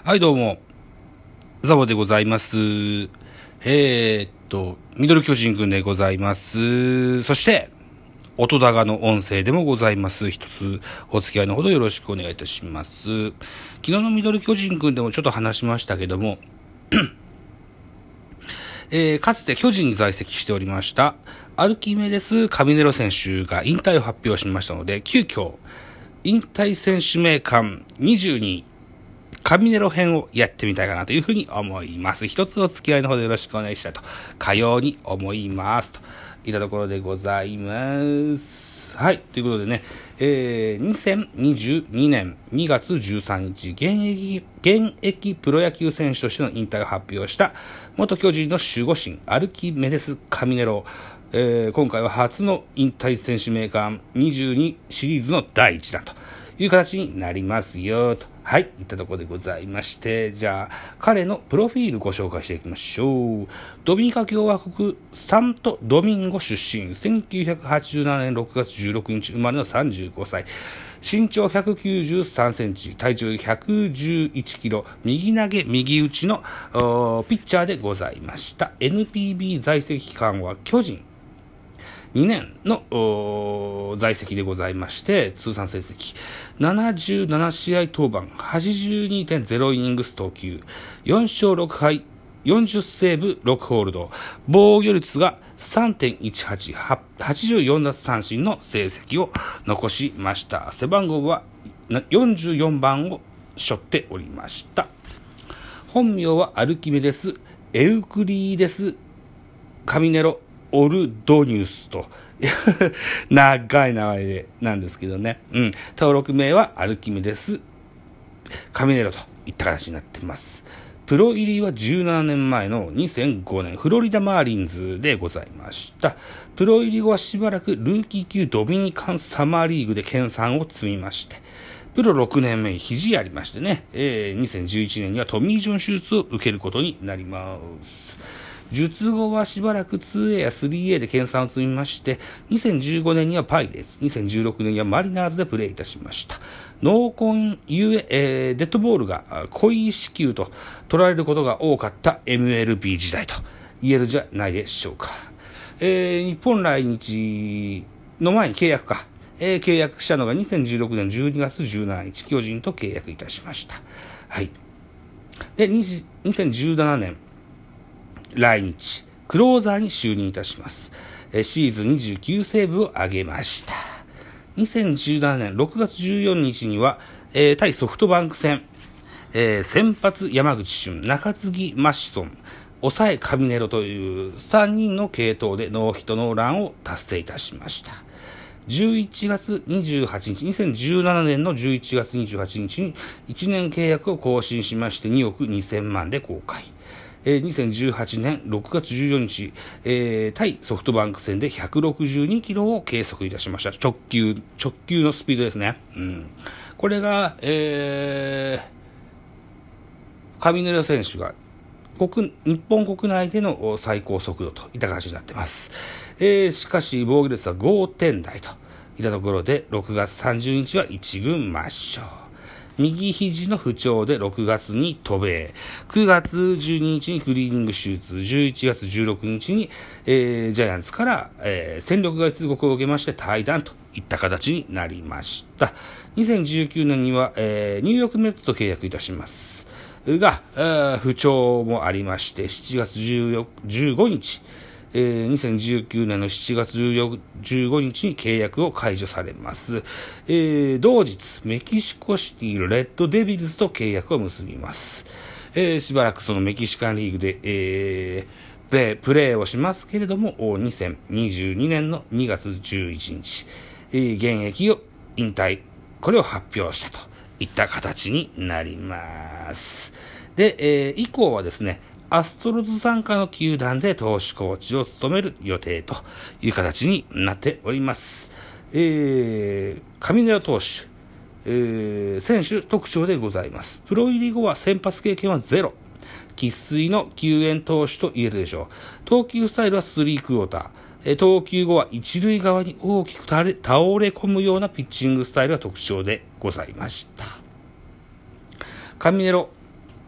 はい、どうも、ザボでございます。ミドル巨人くんでございます。そして、音高の音声でもございます。一つお付き合いのほどよろしくお願いいたします。昨日のミドル巨人くんでもちょっと話しましたけども、かつて巨人に在籍しておりましたアルキメデス・カミネロ選手が引退を発表しましたので、急遽引退選手名鑑22カミネロ編をやってみたいかなというふうに思います。一つお付き合いの方でよろしくお願いしたいとかように思いますといったところでございます。はい、ということでね、2022年2月13日現役プロ野球選手としての引退を発表した元巨人の守護神アルキメデス・カミネロ、今回は初の引退選手名鑑22シリーズの第1弾という形になりますよと。はい、いったところでございまして、じゃあ彼のプロフィールご紹介していきましょう。ドミニカ共和国サントドミンゴ出身、1987年6月16日生まれの35歳、身長193センチ、体重111キロ、右投げ右打ちのピッチャーでございました。 NPB 在籍期間は巨人2年の在籍でございまして、通算成績77試合登板 82.0 イニングス投球、4勝6敗40セーブ6ホールド、防御率が 3.18、 84奪三振の成績を残しました。背番号は44番を背負っておりました。本名はアルキメデス・エウクリーデス・カミネロ・オルドニュスと長い名前でなんですけどね、登録名はアルキメデス・カミネロといった形になっています。プロ入りは17年前の2005年フロリダマーリンズでございました。プロ入り後はしばらくルーキー級ドミニカンサマーリーグで研鑽を積みまして、プロ6年目に肘ありましてね、2011年にはトミー・ジョン手術を受けることになります。術後はしばらく 2A や 3A で研鑽を積みまして、2015年にはパイレーツ、2016年にはマリナーズでプレーいたしました。濃紺ゆえ、デッドボールが濃い四球と取られることが多かった MLB 時代と言えるじゃないでしょうか。日本来日の前に契約したのが2016年12月17日、巨人と契約いたしました。はい。で、2017年、来日、クローザーに就任いたします。シーズン29セーブを挙げました。2017年6月14日には、対ソフトバンク戦、先発山口俊、中継ぎマシソン、抑えカミネロという3人の継投でノーヒットノーランを達成いたしました。11月28日、2017年の11月28日に1年契約を更新しまして2億2000万で公開。2018年6月14日、対ソフトバンク戦で162キロを計測いたしました。直球のスピードですね。これが、カミネロ選手が日本国内での最高速度といった形になっています。しかし防御率は 5 点台といったところで、6月30日は1軍抹消。右肘の不調で6月に渡米、9月12日にクリーニング手術、11月16日に、ジャイアンツから、戦力外通告を受けまして退団といった形になりました。2019年には、ニューヨークメッツと契約いたしますが、不調もありまして7月15日、2019年の7月15日に契約を解除されます。同日、メキシコシティレッドデビルズと契約を結びます。しばらくそのメキシカンリーグで、プレーをしますけれども、2022年の2月11日、現役を引退、これを発表したといった形になります。で、以降はですね、アストロズ傘下の球団で投手コーチを務める予定という形になっております。カミネロ投手、選手特徴でございます。プロ入り後は先発経験はゼロ。生粋の救援投手と言えるでしょう。投球スタイルは3クォーター。投球後は一塁側に大きく倒れ込むようなピッチングスタイルが特徴でございました。カミネロ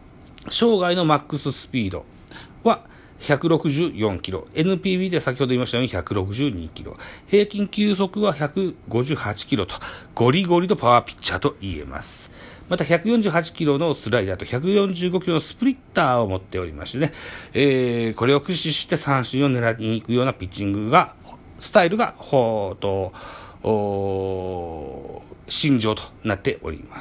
生涯のマックススピードは164キロ。NPB で先ほど言いましたように162キロ。平均球速は158キロと、ゴリゴリのパワーピッチャーと言えます。また148キロのスライダーと145キロのスプリッターを持っておりましてね、これを駆使して三振を狙いに行くようなピッチングが、スタイルが、身上となっております。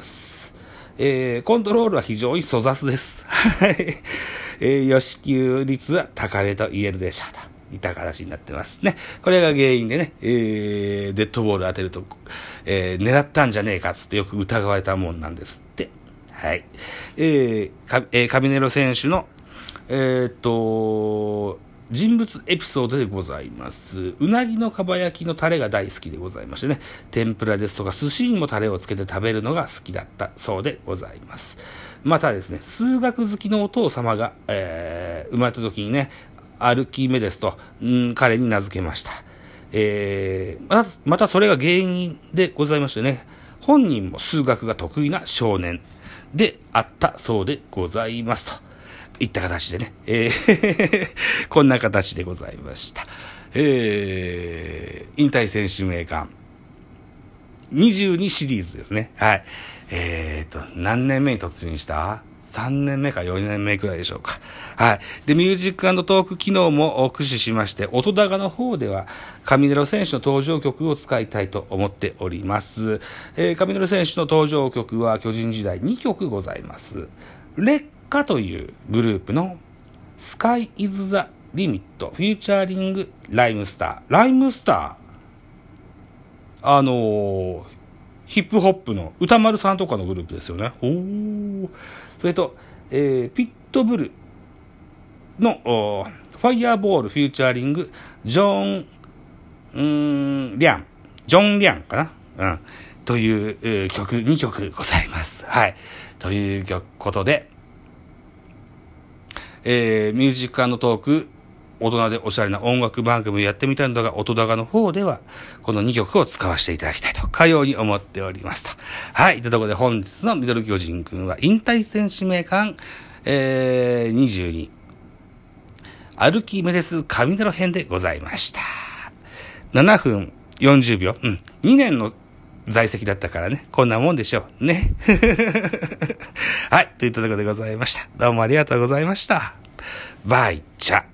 コントロールは非常に粗雑です。予支給率は高めと言えるでしょうといった形になってますね。これが原因でね、デッドボール当てると、狙ったんじゃねえかっつってよく疑われたもんなんですって。はい。カミネロ選手の、人物エピソードでございます。うなぎのかば焼きのタレが大好きでございましてね、天ぷらですとか寿司にもタレをつけて食べるのが好きだったそうでございます。またですね、数学好きのお父様が、生まれた時にね、アルキメデスと、彼に名付けました。またそれが原因でございましてね、本人も数学が得意な少年であったそうでございますといった形でね、こんな形でございました。引退選手名鑑22シリーズですね。はい。何年目に突入した ?3 年目か4年目くらいでしょうか。はい。で、ミュージック&トーク機能も駆使しまして、音高の方では、カミネロ選手の登場曲を使いたいと思っております。カミネロ選手の登場曲は巨人時代2曲ございます。劣化というグループの Sky is the Limit フューチャーリングライムスター。ライムスターヒップホップの歌丸さんとかのグループですよね。それと、ピットブルのファイヤーボールフューチャーリングジョン・リャンかな、という、曲2曲ございます。はい。ということで、ミュージック&トーク大人でおしゃれな音楽番組をやってみたいのだが、音高の方ではこの2曲を使わせていただきたいとかように思っておりますと。はい。というところで本日のミドル巨人くんは引退選手名鑑、22アルキメデスカミネロ編でございました。7分40秒。2年の在籍だったからね、こんなもんでしょうね。はい。というところでございました。どうもありがとうございました。バイチャ。